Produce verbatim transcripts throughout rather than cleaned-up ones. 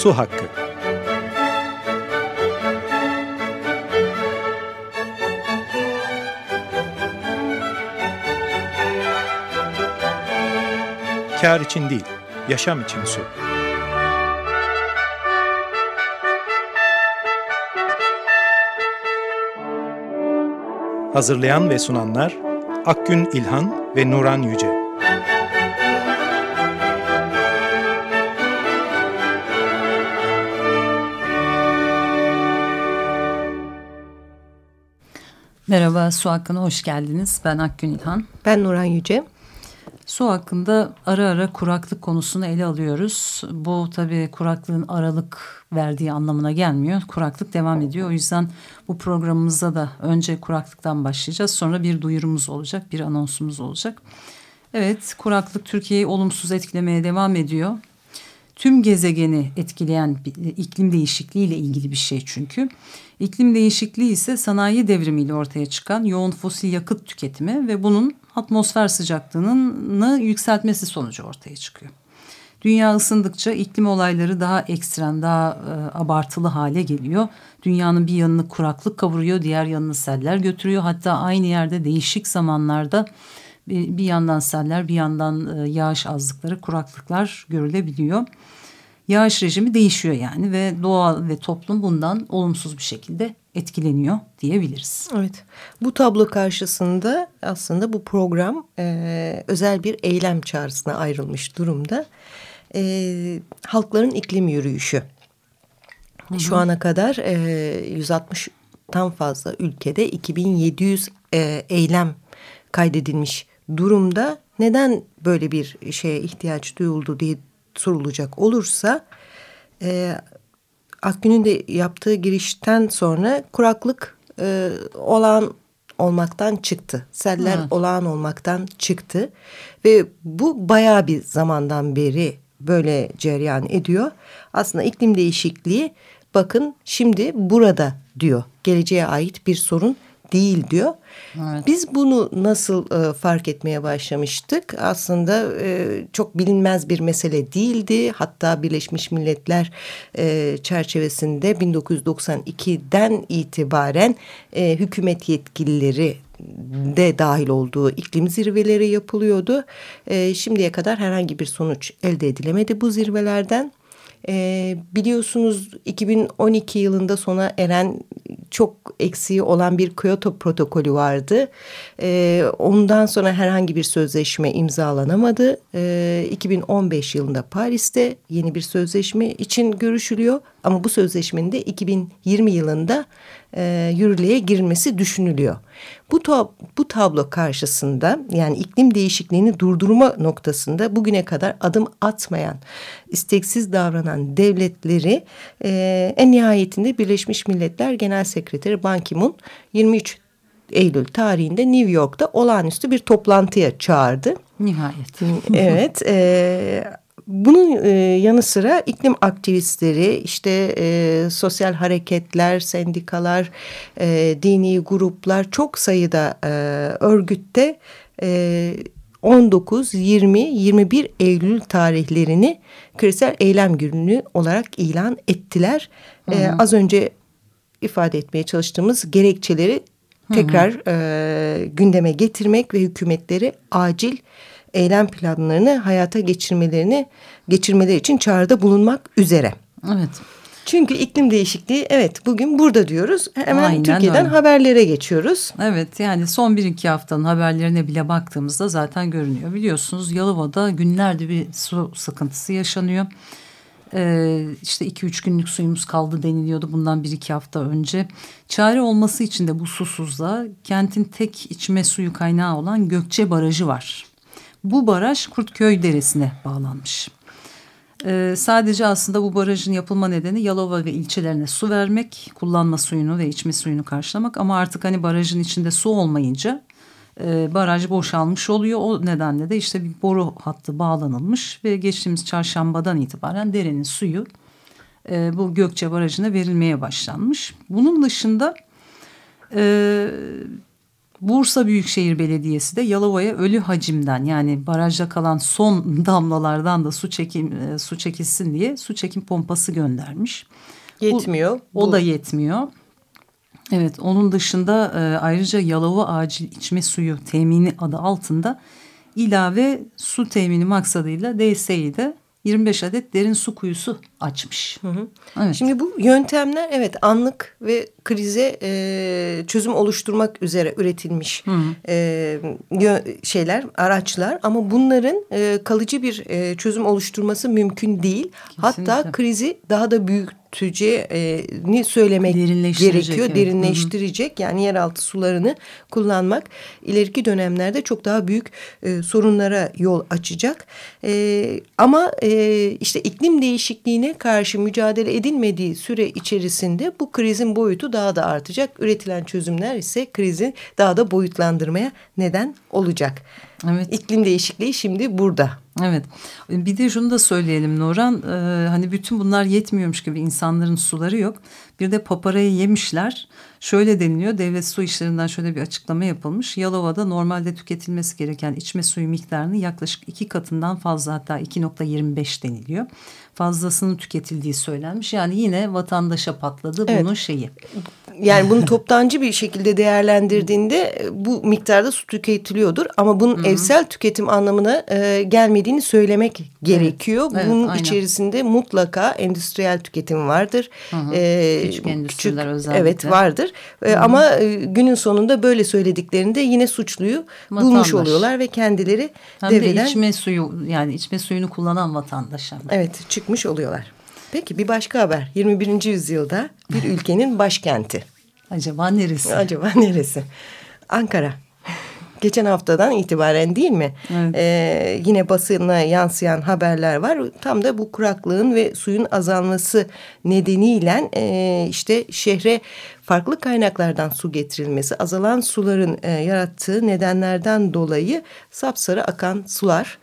Su Hakkı. Kâr için değil, yaşam için su. Hazırlayan ve sunanlar Akgün İlhan ve Nuran Yüce. Merhaba, Su Hakkı'na hoş geldiniz. Ben Akgün İlhan. Ben Nuran Yüce. Su hakkında ara ara kuraklık konusunu ele alıyoruz. Bu tabii kuraklığın aralık verdiği anlamına gelmiyor. Kuraklık devam ediyor. O yüzden bu programımızda da önce kuraklıktan başlayacağız. Sonra bir duyurumuz olacak, bir anonsumuz olacak. Evet, kuraklık Türkiye'yi olumsuz etkilemeye devam ediyor. Tüm gezegeni etkileyen iklim değişikliği ile ilgili bir şey çünkü. İklim değişikliği ise sanayi devrimiyle ortaya çıkan yoğun fosil yakıt tüketimi ve bunun atmosfer sıcaklığını yükseltmesi sonucu ortaya çıkıyor. Dünya ısındıkça iklim olayları daha ekstrem, daha e, abartılı hale geliyor. Dünyanın bir yanını kuraklık kavuruyor, diğer yanını seller götürüyor. Hatta aynı yerde değişik zamanlarda bir, bir yandan seller, bir yandan e, yağış azlıkları, kuraklıklar görülebiliyor. Yağış rejimi değişiyor yani ve doğa ve toplum bundan olumsuz bir şekilde etkileniyor diyebiliriz. Evet, bu tablo karşısında aslında bu program e, özel bir eylem çağrısına ayrılmış durumda. E, halkların iklim yürüyüşü. Hı hı. Şu ana kadar e, yüz altmıştan fazla ülkede iki bin yedi yüz e, eylem kaydedilmiş durumda. Neden böyle bir şeye ihtiyaç duyuldu diye sorulacak olursa e, Akgün'ün de yaptığı girişten sonra kuraklık e, olağan olmaktan çıktı. Seller evet. olağan olmaktan çıktı ve bu bayağı bir zamandan beri böyle cereyan ediyor. Aslında iklim değişikliği bakın şimdi burada diyor. Geleceğe ait bir sorun değil diyor. Evet. Biz bunu nasıl e, fark etmeye başlamıştık? Aslında e, çok bilinmez bir mesele değildi. Hatta Birleşmiş Milletler e, çerçevesinde bin dokuz yüz doksan ikiden itibaren e, hükümet yetkilileri de dahil olduğu iklim zirveleri yapılıyordu. E, şimdiye kadar herhangi bir sonuç elde edilemedi bu zirvelerden. E, biliyorsunuz iki bin on iki yılında sona eren çok eksiği olan bir Kyoto protokolü vardı. E, ondan sonra herhangi bir sözleşme imzalanamadı. E, iki bin on beş yılında Paris'te yeni bir sözleşme için görüşülüyor. Ama bu sözleşmenin de iki bin yirmi yılında e, yürürlüğe girilmesi düşünülüyor. Bu, tab bu tablo karşısında yani iklim değişikliğini durdurma noktasında bugüne kadar adım atmayan, isteksiz davranan devletleri e, en nihayetinde Birleşmiş Milletler Genel Sekreteri Ban Ki-moon yirmi üç Eylül tarihinde New York'ta olağanüstü bir toplantıya çağırdı. Nihayet. Evet. E, bunun e, yanı sıra iklim aktivistleri, işte e, sosyal hareketler, sendikalar, e, dini gruplar çok sayıda e, örgütte e, on dokuz, yirmi, yirmi bir Eylül tarihlerini küresel eylem günü olarak ilan ettiler. Hı hı. E, az önce ifade etmeye çalıştığımız gerekçeleri tekrar hı hı. E, gündeme getirmek ve hükümetleri acil eylem planlarını hayata geçirmelerini geçirmeleri için çağrıda bulunmak üzere. Evet. Çünkü iklim değişikliği evet bugün burada diyoruz. Hemen Aynen Türkiye'den öyle. Haberlere geçiyoruz. Evet, yani son bir iki haftanın haberlerine bile baktığımızda zaten görünüyor. Biliyorsunuz Yalova'da günlerdir bir su sıkıntısı yaşanıyor. Ee, işte iki üç günlük suyumuz kaldı deniliyordu bundan bir iki hafta önce. Çare olması için de bu susuzluğa kentin tek içme suyu kaynağı olan Gökçe Barajı var. Bu baraj Kurtköy Deresi'ne bağlanmış. Ee, sadece aslında bu barajın yapılma nedeni Yalova ve ilçelerine su vermek, kullanma suyunu ve içme suyunu karşılamak. Ama artık hani barajın içinde su olmayınca e, baraj boşalmış oluyor. O nedenle de işte bir boru hattı bağlanılmış ve geçtiğimiz çarşambadan itibaren derenin suyu e, bu Gökçe Barajı'na verilmeye başlanmış. Bunun dışında... E, Bursa Büyükşehir Belediyesi de Yalova'ya ölü hacimden, yani barajda kalan son damlalardan da su çekim su çekilsin diye su çekim pompası göndermiş. Yetmiyor. Bu, o bu. da yetmiyor. Evet, onun dışında e, ayrıca Yalova Acil İçme Suyu Temini adı altında ilave su temini maksadıyla D S İ de yirmi beş adet derin su kuyusu açmış. Hı hı. Evet. Şimdi bu yöntemler evet anlık ve krize e, çözüm oluşturmak üzere üretilmiş hı hı. E, şeyler, araçlar, ama bunların e, kalıcı bir e, çözüm oluşturması mümkün değil. Kesinlikle. Hatta krizi daha da büyüteceğini söylemek gerekiyor. Evet. Derinleştirecek. Hı hı. Yani yeraltı sularını kullanmak ileriki dönemlerde çok daha büyük e, sorunlara yol açacak. E, ama e, işte iklim değişikliğine karşı mücadele edilmediği süre içerisinde bu krizin boyutu daha da artacak. Üretilen çözümler ise krizi daha da boyutlandırmaya neden olacak. Evet. İklim değişikliği şimdi burada. Evet. Bir de şunu da söyleyelim Nurhan. Ee, hani bütün bunlar yetmiyormuş gibi, insanların suları yok. Bir de paparayı yemişler. Şöyle deniliyor. Devlet Su İşleri'nden şöyle bir açıklama yapılmış. Yalova'da normalde tüketilmesi gereken içme suyu miktarını yaklaşık iki katından fazla, hatta iki nokta yirmi beş deniliyor. Fazlasının tüketildiği söylenmiş. Yani yine vatandaşa patladı evet. bunun şeyi. Yani bunu toptancı bir şekilde değerlendirdiğinde bu miktarda su tüketiliyordur. Ama bunun Hı-hı. evsel tüketim anlamına e, gelmediğini söylemek gerekiyor. Evet, bunun evet, içerisinde mutlaka endüstriyel tüketim vardır. E, küçük endüstriler küçük, özellikle. Evet vardır. E, ama e, günün sonunda böyle söylediklerinde yine suçluyu vatandaş bulmuş oluyorlar ve kendileri hem devreden... de içme suyu, yani içme suyunu kullanan vatandaşa. Evet, çıkmış oluyorlar. Peki bir başka haber. yirmi birinci yüzyılda bir ülkenin başkenti. Acaba neresi? Acaba neresi? Ankara. Geçen haftadan itibaren değil mi? Evet. Ee, yine basına yansıyan haberler var. Tam da bu kuraklığın ve suyun azalması nedeniyle e, işte şehre farklı kaynaklardan su getirilmesi, azalan suların e, yarattığı nedenlerden dolayı sapsarı akan sular...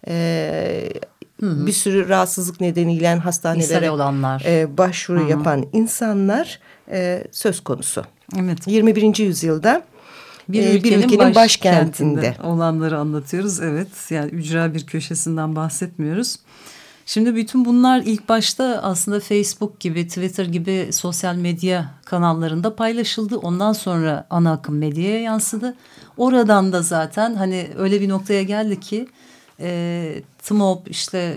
E, Hı hı. Bir sürü rahatsızlık nedeniyle hastanelere olanlar. E, başvuru hı hı. yapan insanlar e, söz konusu. Evet. yirmi birinci yüzyılda bir ülkenin, bir ülkenin başkentinde. başkentinde olanları anlatıyoruz. Evet, yani ücra bir köşesinden bahsetmiyoruz. Şimdi bütün bunlar ilk başta aslında Facebook gibi, Twitter gibi sosyal medya kanallarında paylaşıldı. Ondan sonra ana akım medyaya yansıdı. Oradan da zaten hani öyle bir noktaya geldi ki E, T M O B, işte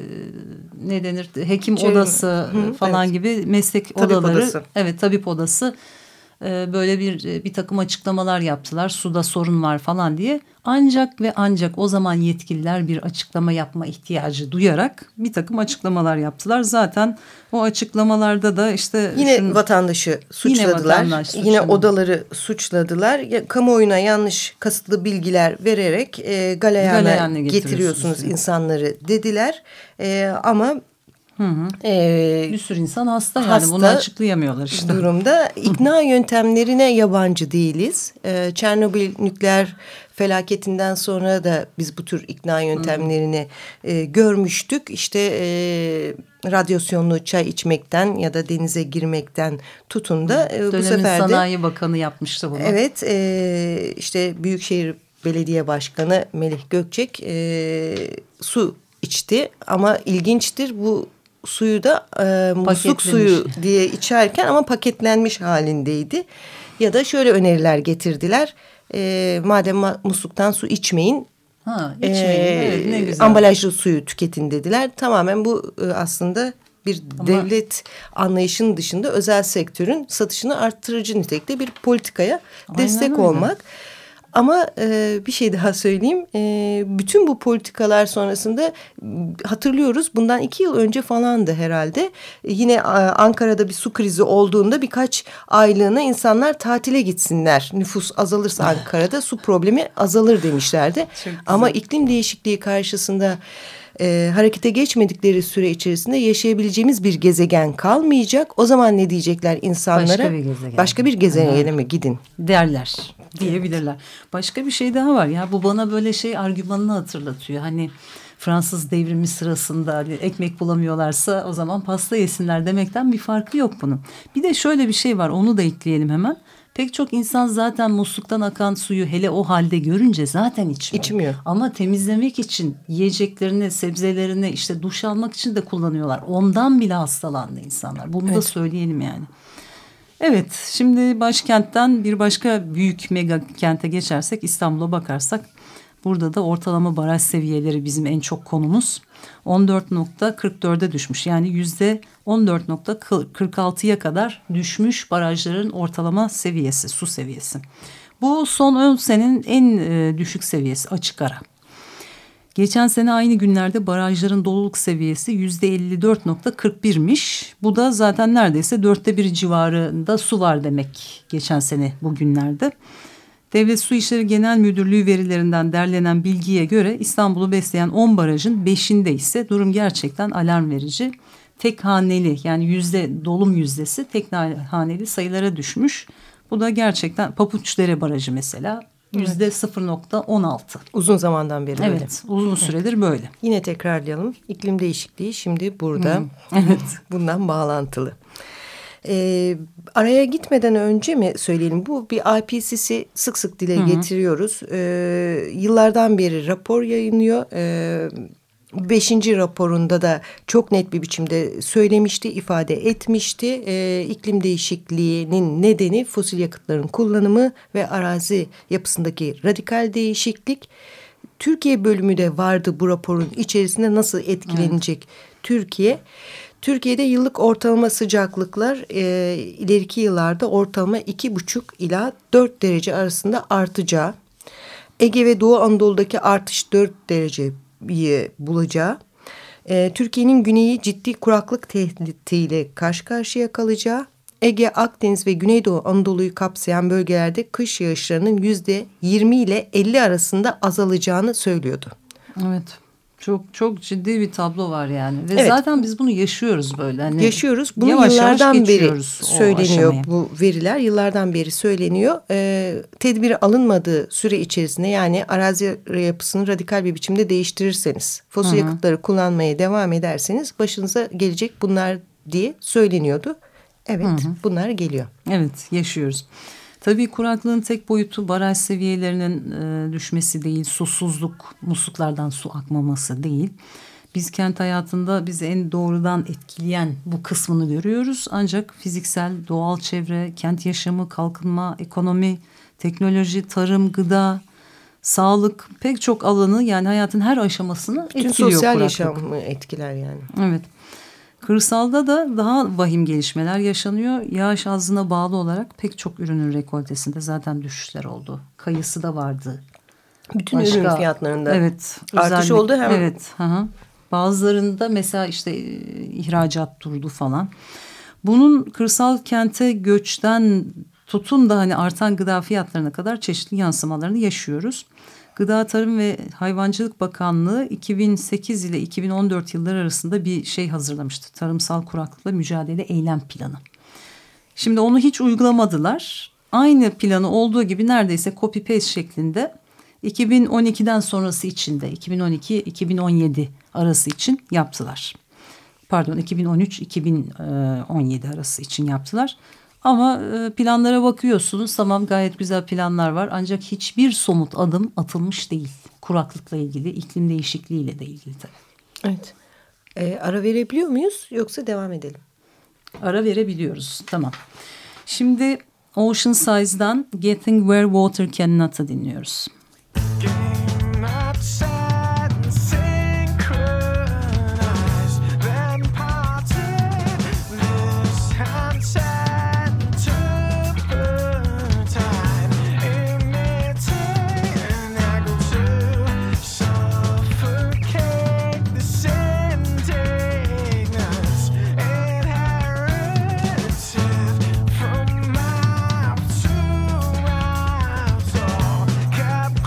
ne denir, hekim şey, odası hı, falan evet. gibi meslek tabip odaları, odası. evet tabip odası e, böyle bir bir takım açıklamalar yaptılar. Suda sorun var falan diye. Ancak ve ancak o zaman yetkililer bir açıklama yapma ihtiyacı duyarak bir takım açıklamalar yaptılar. Zaten o açıklamalarda da işte yine şunu, vatandaşı suçladılar. Yine, vatandaş yine odaları suçladılar. Ya, kamuoyuna yanlış kasıtlı bilgiler vererek e, galeyana getiriyorsunuz insanları dediler. E, ama Hı hı. Ee, bir sürü insan hasta, hasta yani bunu açıklayamıyorlar işte. Durumda ikna yöntemlerine yabancı değiliz. Ee, Çernobil nükleer felaketinden sonra da biz bu tür ikna yöntemlerini e, görmüştük. İşte e, radyasyonlu çay içmekten ya da denize girmekten tutun da e, bu sefer de Dönemin Sanayi Bakanı yapmıştı bunu. Evet, e, işte Büyükşehir Belediye Başkanı Melih Gökçek e, su içti ama ilginçtir bu suyu da e, musluk suyu diye içerken ama paketlenmiş halindeydi. Ya da şöyle öneriler getirdiler. E, madem musluktan su içmeyin, ha, içmeyin. E, evet, ne güzel. ambalajlı suyu tüketin dediler. Tamamen bu e, aslında bir ama devlet anlayışının dışında özel sektörün satışını arttırıcı nitelikte bir politikaya destek Aynen olmak. Öyle. Ama e, bir şey daha söyleyeyim. E, bütün bu politikalar sonrasında hatırlıyoruz. Bundan iki yıl önce falandı herhalde. E, yine e, Ankara'da bir su krizi olduğunda birkaç aylığına insanlar tatile gitsinler. Nüfus azalırsa Ankara'da su problemi azalır demişlerdi. Ama iklim değişikliği karşısında e, harekete geçmedikleri süre içerisinde yaşayabileceğimiz bir gezegen kalmayacak. O zaman ne diyecekler insanlara? Başka bir gezegen. Başka bir gezegene mi gidin? Derler. Diyebilirler. Başka bir şey daha var ya, bu bana böyle şey argümanını hatırlatıyor. Hani Fransız devrimi sırasında hani ekmek bulamıyorlarsa o zaman pasta yesinler demekten bir farkı yok bunun. Bir de şöyle bir şey var, onu da ekleyelim hemen. Pek çok insan zaten musluktan akan suyu hele o halde görünce zaten içmiyor. İçmiyor. Ama temizlemek için yiyeceklerini, sebzelerini, işte duş almak için de kullanıyorlar. Ondan bile hastalandı insanlar. Bunu evet. da söyleyelim yani. Evet, şimdi başkentten bir başka büyük mega kente geçersek, İstanbul'a bakarsak, burada da ortalama baraj seviyeleri bizim en çok konumuz. on dört nokta kırk dörde düşmüş. Yani yüzde on dört nokta kırk altıya kadar düşmüş barajların ortalama seviyesi, su seviyesi. Bu son on senenin en e, düşük seviyesi, açık ara. Geçen sene aynı günlerde barajların doluluk seviyesi yüzde elli dört nokta kırk birmiş. Bu da zaten neredeyse dörtte bir civarında su var demek geçen sene bu günlerde. Devlet Su İşleri Genel Müdürlüğü verilerinden derlenen bilgiye göre İstanbul'u besleyen on barajın beşinde ise durum gerçekten alarm verici. Tek haneli, yani yüzde dolum yüzdesi tek haneli sayılara düşmüş. Bu da gerçekten Papuçdere Barajı mesela yüzde sıfır nokta on altı. Uzun zamandan beri evet, böyle. Evet, uzun süredir böyle. Yine tekrarlayalım. İklim değişikliği şimdi burada. Hmm. Evet. Bundan bağlantılı. Ee, araya gitmeden önce mi söyleyelim, bu bir I P C C sık sık dile Hı-hı. getiriyoruz. Ee, yıllardan beri rapor yayınlıyor. Ee, beşinci raporunda da çok net bir biçimde söylemişti, ifade etmişti. Ee, iklim değişikliğinin nedeni fosil yakıtların kullanımı ve arazi yapısındaki radikal değişiklik. Türkiye bölümü de vardı bu raporun içerisinde, nasıl etkilenecek evet. Türkiye. Türkiye'de yıllık ortalama sıcaklıklar e, ileriki yıllarda ortalama iki buçuk ila dört derece arasında artacağı, Ege ve Doğu Anadolu'daki artış dört dereceyi bulacağı, e, Türkiye'nin güneyi ciddi kuraklık tehdidiyle karşı karşıya kalacağı, Ege, Akdeniz ve Güneydoğu Anadolu'yu kapsayan bölgelerde kış yağışlarının yüzde yirmi ile elli arasında azalacağını söylüyordu. Evet. Çok çok ciddi bir tablo var yani. Ve evet. zaten biz bunu yaşıyoruz böyle. Hani yaşıyoruz. Bunu yavaş yıllardan yavaş beri söyleniyor bu veriler. Yıllardan beri söyleniyor. Ee, tedbir alınmadığı süre içerisinde, yani arazi yapısını radikal bir biçimde değiştirirseniz, fosil Hı-hı. yakıtları kullanmaya devam ederseniz başınıza gelecek bunlar diye söyleniyordu. Evet, Hı-hı. bunlar geliyor. Evet, yaşıyoruz. Tabii kuraklığın tek boyutu baraj seviyelerinin e, düşmesi değil, susuzluk, musluklardan su akmaması değil. Biz kent hayatında bizi en doğrudan etkileyen bu kısmını görüyoruz. Ancak fiziksel, doğal çevre, kent yaşamı, kalkınma, ekonomi, teknoloji, tarım, gıda, sağlık, pek çok alanı, yani hayatın her aşamasını Bütün etkiliyor sosyal kuraklık. yaşamı etkiler yani. Evet. Kırsalda da daha vahim gelişmeler yaşanıyor. Yağış azlığına bağlı olarak pek çok ürünün rekoltesinde zaten düşüşler oldu. Kayısı da vardı. Bütün Başka, ürün fiyatlarında evet, artış özellikle, oldu. Hem... Evet. Hı-hı. Bazılarında mesela işte ihracat durdu falan. Bunun kırsal kente göçten tutun da hani artan gıda fiyatlarına kadar çeşitli yansımalarını yaşıyoruz. Gıda, Tarım ve Hayvancılık Bakanlığı iki bin sekiz ile iki bin on dört yılları arasında bir şey hazırlamıştı. Tarımsal kuraklıkla mücadele eylem planı. Şimdi onu hiç uygulamadılar. Aynı planı olduğu gibi neredeyse copy paste şeklinde iki bin on ikiden sonrası için de iki bin on iki iki bin on yedi arası için yaptılar. Pardon, iki bin on üç iki bin on yedi arası için yaptılar. Ama planlara bakıyorsunuz, tamam, gayet güzel planlar var. Ancak hiçbir somut adım atılmış değil. Kuraklıkla ilgili, iklim değişikliğiyle de ilgili tabii. Evet. E, ara verebiliyor muyuz yoksa devam edelim? Ara verebiliyoruz, tamam. Şimdi Ocean Size'dan Getting Where Water Can Not'ı dinliyoruz. From mouth to mouth, oh,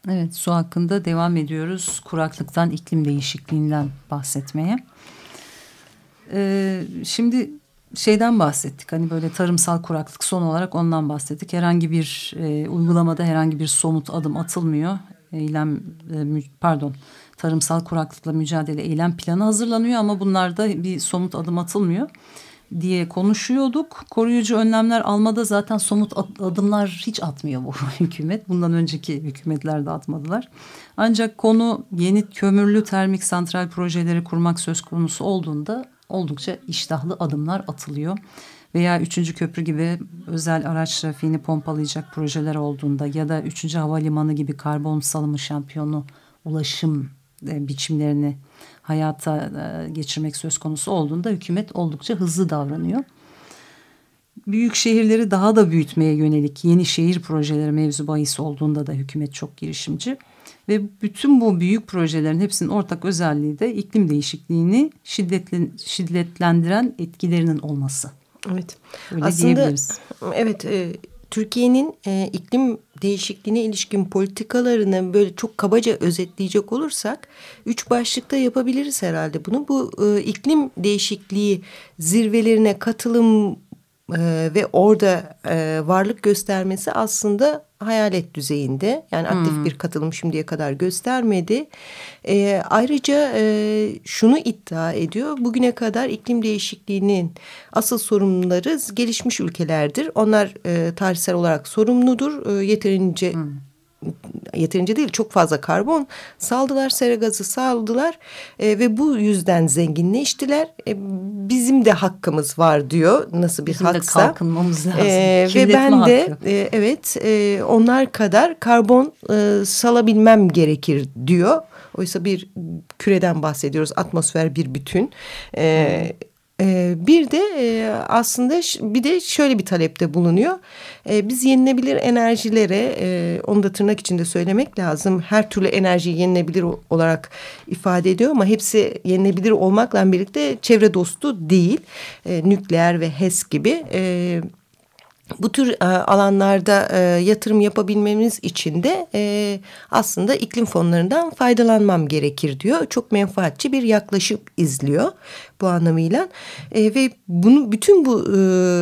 Evet, su hakkında devam ediyoruz. Kuraklıktan, iklim değişikliğinden bahsetmeye. Ee, şimdi şeyden bahsettik. Hani böyle tarımsal kuraklık, son olarak ondan bahsettik. Herhangi bir e, uygulamada herhangi bir somut adım atılmıyor. Eylem e, pardon tarımsal kuraklıkla mücadele eylem planı hazırlanıyor ama bunlarda bir somut adım atılmıyor diye konuşuyorduk. Koruyucu önlemler almada zaten somut adımlar hiç atmıyor bu hükümet. Bundan önceki hükümetler de atmadılar. Ancak konu yeni kömürlü termik santral projeleri kurmak söz konusu olduğunda oldukça iştahlı adımlar atılıyor. Veya üçüncü köprü gibi özel araç trafiğini pompalayacak projeler olduğunda ya da üçüncü havalimanı gibi karbon salımı şampiyonu ulaşım biçimlerini hayata geçirmek söz konusu olduğunda hükümet oldukça hızlı davranıyor. Büyük şehirleri daha da büyütmeye yönelik yeni şehir projeleri mevzu bahis olduğunda da hükümet çok girişimci. Ve bütün bu büyük projelerin hepsinin ortak özelliği de iklim değişikliğini şiddetli, şiddetlendiren etkilerinin olması. Evet. Öyle aslında diyebiliriz. Evet, e, Türkiye'nin e, iklim değişikliğine ilişkin politikalarını böyle çok kabaca özetleyecek olursak üç başlıkta yapabiliriz herhalde bunu. Bu e, iklim değişikliği zirvelerine katılım e, ve orada e, varlık göstermesi aslında hayalet düzeyinde. Yani aktif hmm. bir katılım şimdiye kadar göstermedi. E, ayrıca e, şunu iddia ediyor. Bugüne kadar iklim değişikliğinin asıl sorumluları gelişmiş ülkelerdir. Onlar e, tarihsel olarak sorumludur. E, yeterince... Hmm. Yeterince değil, çok fazla karbon saldılar, sera gazı saldılar e, ve bu yüzden zenginleştiler. E, bizim de hakkımız var diyor, nasıl bir bizim haksa. Bizim de kalkınmamız lazım. E, ve ben de e, evet e, onlar kadar karbon e, salabilmem gerekir diyor. Oysa bir küreden bahsediyoruz, atmosfer bir bütün. E, hmm. Ee, bir de e, aslında bir de şöyle bir talepte bulunuyor. Ee, biz yenilebilir enerjilere, e, onu da tırnak içinde söylemek lazım. Her türlü enerjiyi yenilebilir olarak ifade ediyor ama hepsi yenilebilir olmakla birlikte çevre dostu değil. E, nükleer ve H E S gibi. E, Bu tür e, alanlarda e, yatırım yapabilmemiz için de e, aslında iklim fonlarından faydalanmam gerekir diyor. Çok menfaatçi bir yaklaşım izliyor bu anlamıyla. E, ve bunu bütün bu e,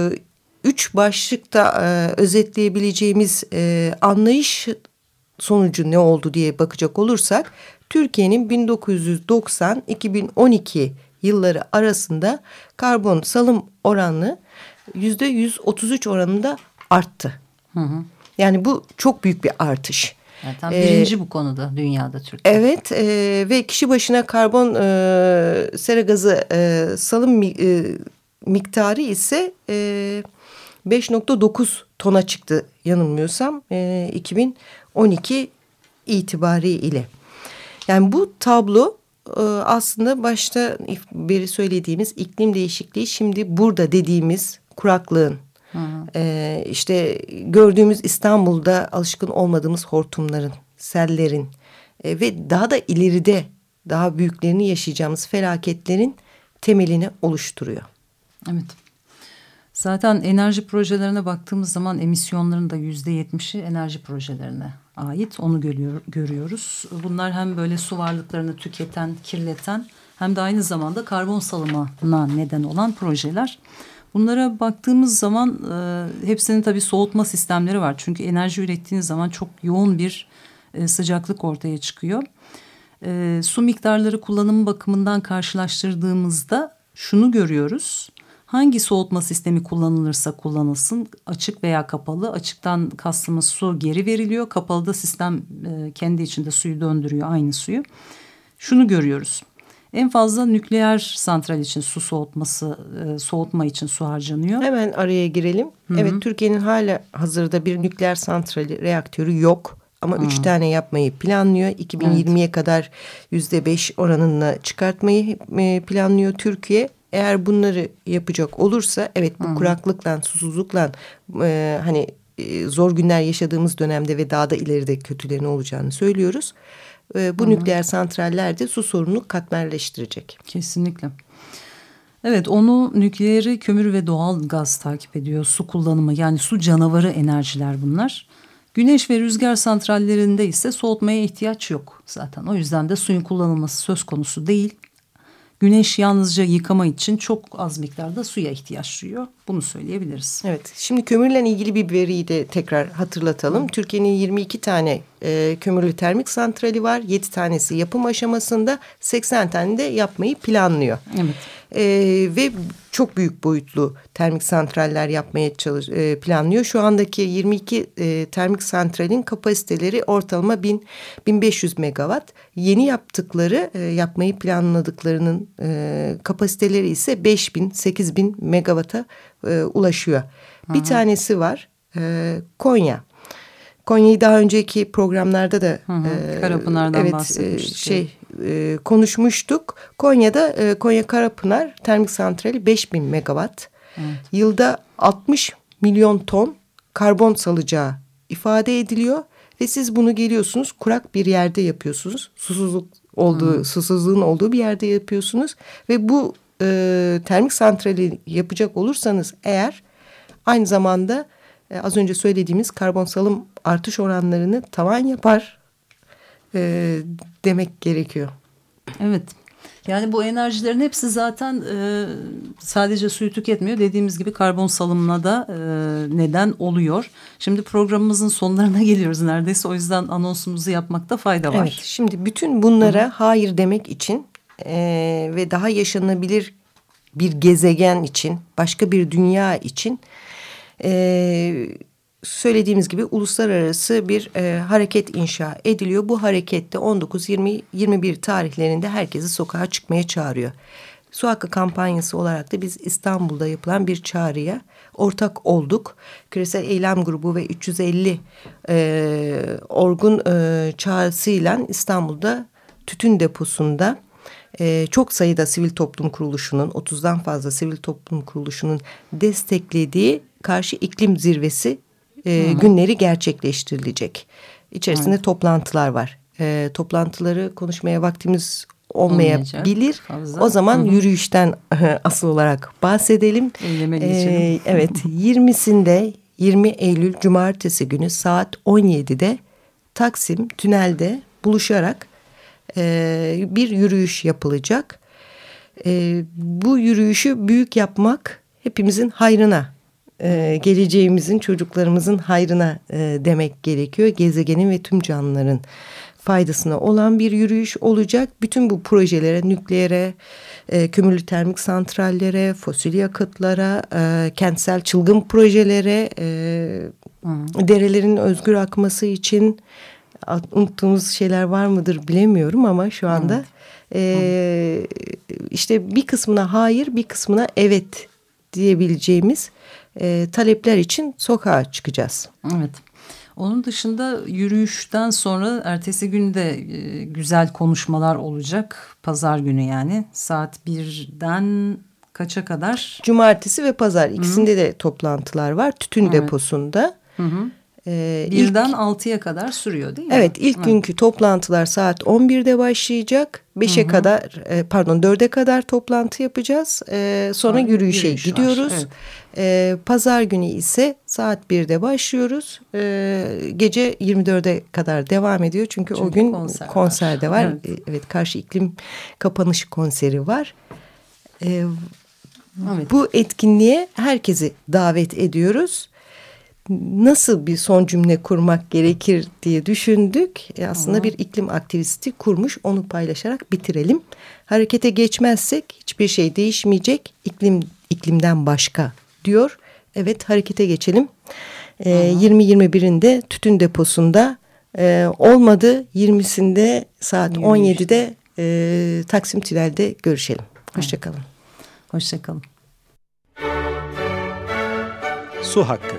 üç başlıkta e, özetleyebileceğimiz e, anlayış sonucu ne oldu diye bakacak olursak, Türkiye'nin bin dokuz yüz doksan iki bin on iki yılları arasında karbon salım oranı yüzde yüz otuz üç oranında arttı. Hı hı. Yani bu çok büyük bir artış. Zaten birinci ee, bu konuda dünyada Türkiye. Evet e, ve kişi başına karbon e, sera gazı e, salım e, miktarı ise e, beş nokta dokuz tona çıktı yanılmıyorsam e, iki bin on iki itibariyle. Yani bu tablo e, aslında başta beri söylediğimiz iklim değişikliği, şimdi burada dediğimiz kuraklığın, e, işte gördüğümüz İstanbul'da alışkın olmadığımız hortumların, sellerin e, ve daha da ileride daha büyüklerini yaşayacağımız felaketlerin temelini oluşturuyor. Evet. Zaten enerji projelerine baktığımız zaman emisyonların da yüzde yetmişi enerji projelerine ait. Onu görüyor, görüyoruz. Bunlar hem böyle su varlıklarını tüketen, kirleten hem de aynı zamanda karbon salımına neden olan projeler. Bunlara baktığımız zaman e, hepsinin tabii soğutma sistemleri var. Çünkü enerji ürettiğiniz zaman çok yoğun bir e, sıcaklık ortaya çıkıyor. E, su miktarları kullanım bakımından karşılaştırdığımızda şunu görüyoruz. Hangi soğutma sistemi kullanılırsa kullanılsın, açık veya kapalı, açıktan kastımız su geri veriliyor. Kapalıda sistem e, kendi içinde suyu döndürüyor, aynı suyu. Şunu görüyoruz. En fazla nükleer santral için su soğutması, e, soğutma için su harcanıyor. Hemen araya girelim. Hı-hı. Evet, Türkiye'nin hala hazırda bir nükleer santrali, reaktörü yok. Ama Hı. üç tane yapmayı planlıyor. iki bin yirmiye evet. kadar yüzde beş oranında çıkartmayı e, planlıyor Türkiye. Eğer bunları yapacak olursa, evet bu Hı. kuraklıkla, susuzlukla e, hani e, zor günler yaşadığımız dönemde ve daha da ileride kötülerinin olacağını söylüyoruz. E, bu Hı. nükleer santraller de su sorununu katmerleştirecek. Kesinlikle. Evet, onu nükleeri, kömür ve doğal gaz takip ediyor. Su kullanımı, yani su canavarı enerjiler bunlar. Güneş ve rüzgar santrallerinde ise soğutmaya ihtiyaç yok zaten. O yüzden de suyun kullanılması söz konusu değil. Güneş yalnızca yıkama için çok az miktarda suya ihtiyaç duyuyor. Bunu söyleyebiliriz. Evet, şimdi kömürle ilgili bir veriyi de tekrar hatırlatalım. Hı. Türkiye'nin yirmi iki tane e, kömürlü termik santrali var. yedi tanesi yapım aşamasında, seksen tane de yapmayı planlıyor. Evet. E, ve çok büyük boyutlu termik santraller yapmaya çalış, e, planlıyor. Şu andaki yirmi iki e, termik santralin kapasiteleri ortalama bin bin beş yüz megawatt. Yeni yaptıkları, e, yapmayı planladıklarının e, kapasiteleri ise beş bin sekiz bin megawatt'a e, ulaşıyor. Hı hı. Bir tanesi var, e, Konya. Konya'yı daha önceki programlarda da hı hı. E, Karapınar'dan evet, bahsetmiştik. E, şey e, konuşmuştuk. Konya'da e, Konya Karapınar termik santrali beş bin megawatt. Evet. Yılda altmış milyon ton karbon salacağı ifade ediliyor ve siz bunu geliyorsunuz, kurak bir yerde yapıyorsunuz. Susuzluk olduğu, hı. susuzluğun olduğu bir yerde yapıyorsunuz ve bu e, termik santrali yapacak olursanız eğer aynı zamanda e, az önce söylediğimiz karbon salım artış oranlarını tavan yapar e, demek gerekiyor. Evet. Yani bu enerjilerin hepsi zaten e, sadece suyu tüketmiyor. Dediğimiz gibi karbon salımına da e, neden oluyor. Şimdi programımızın sonlarına geliyoruz neredeyse. O yüzden anonsumuzu yapmakta fayda var. Evet, şimdi bütün bunlara Hı. hayır demek için e, ve daha yaşanabilir bir gezegen için, başka bir dünya için e, söylediğimiz gibi uluslararası bir e, hareket inşa ediliyor. Bu harekette on dokuz yirmi yirmi bir tarihlerinde herkesi sokağa çıkmaya çağırıyor. Su hakkı kampanyası olarak da biz İstanbul'da yapılan bir çağrıya ortak olduk. Küresel Eylem Grubu ve üç yüz elli e, orgun e, çağrısıyla İstanbul'da tütün deposunda e, çok sayıda sivil toplum kuruluşunun, otuzdan fazla sivil toplum kuruluşunun desteklediği karşı iklim zirvesi e, günleri gerçekleştirilecek. İçerisinde evet. toplantılar var. E, toplantıları konuşmaya vaktimiz olmayabilir. O zaman Hı-hı. yürüyüşten asıl olarak bahsedelim. Ee, evet, yirmisinde yirmi Eylül Cumartesi günü saat on yedide Taksim Tünel'de buluşarak e, bir yürüyüş yapılacak. E, bu yürüyüşü büyük yapmak hepimizin hayrına, e, geleceğimizin, çocuklarımızın hayrına e, demek gerekiyor. Gezegenin ve tüm canlıların faydasına olan bir yürüyüş olacak. Bütün bu projelere, nükleere, e, kömürlü termik santrallere, fosil yakıtlara, e, kentsel çılgın projelere, e, derelerin özgür akması için unuttuğumuz şeyler var mıdır bilemiyorum ama şu anda e, işte bir kısmına hayır, bir kısmına evet diyebileceğimiz e, talepler için sokağa çıkacağız. Evet. Onun dışında yürüyüşten sonra ertesi günde e, güzel konuşmalar olacak. Pazar günü yani saat birden kaça kadar? Cumartesi ve pazar ikisinde Hı-hı. de toplantılar var. Tütün evet. deposunda. Hı hı. Ee, birden ilk, altıya kadar sürüyor değil mi? Evet, ilk evet. günkü toplantılar saat on birde başlayacak. beşe kadar pardon dörde kadar toplantı yapacağız. Ee, sonra Ay, yürüyüşe yürüyüş gidiyoruz. Evet. Ee, Pazar günü ise saat birde başlıyoruz. Ee, gece yirmi dörde kadar devam ediyor. Çünkü, Çünkü o gün konser konserde var. var. Evet. evet, karşı iklim kapanışı konseri var. Ee, evet. Bu etkinliğe herkesi davet ediyoruz. Nasıl bir son cümle kurmak gerekir diye düşündük. E aslında Hı. bir iklim aktivisti kurmuş, onu paylaşarak bitirelim. Harekete geçmezsek hiçbir şey değişmeyecek. İklim iklimden başka diyor. Evet, harekete geçelim. E, yirmi yirmi birinde tütün deposunda e, olmadı. yirmisinde saat on yedide e, Taksim Tünel'de görüşelim. Hoşçakalın. Hoşçakalın. Su hakkı.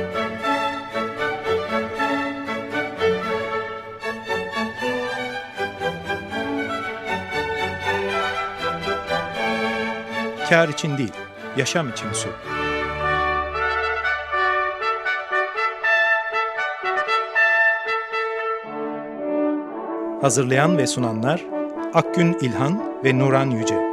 Kâr için değil, yaşam için su. Hazırlayan ve sunanlar Akgün İlhan ve Nuran Yüce.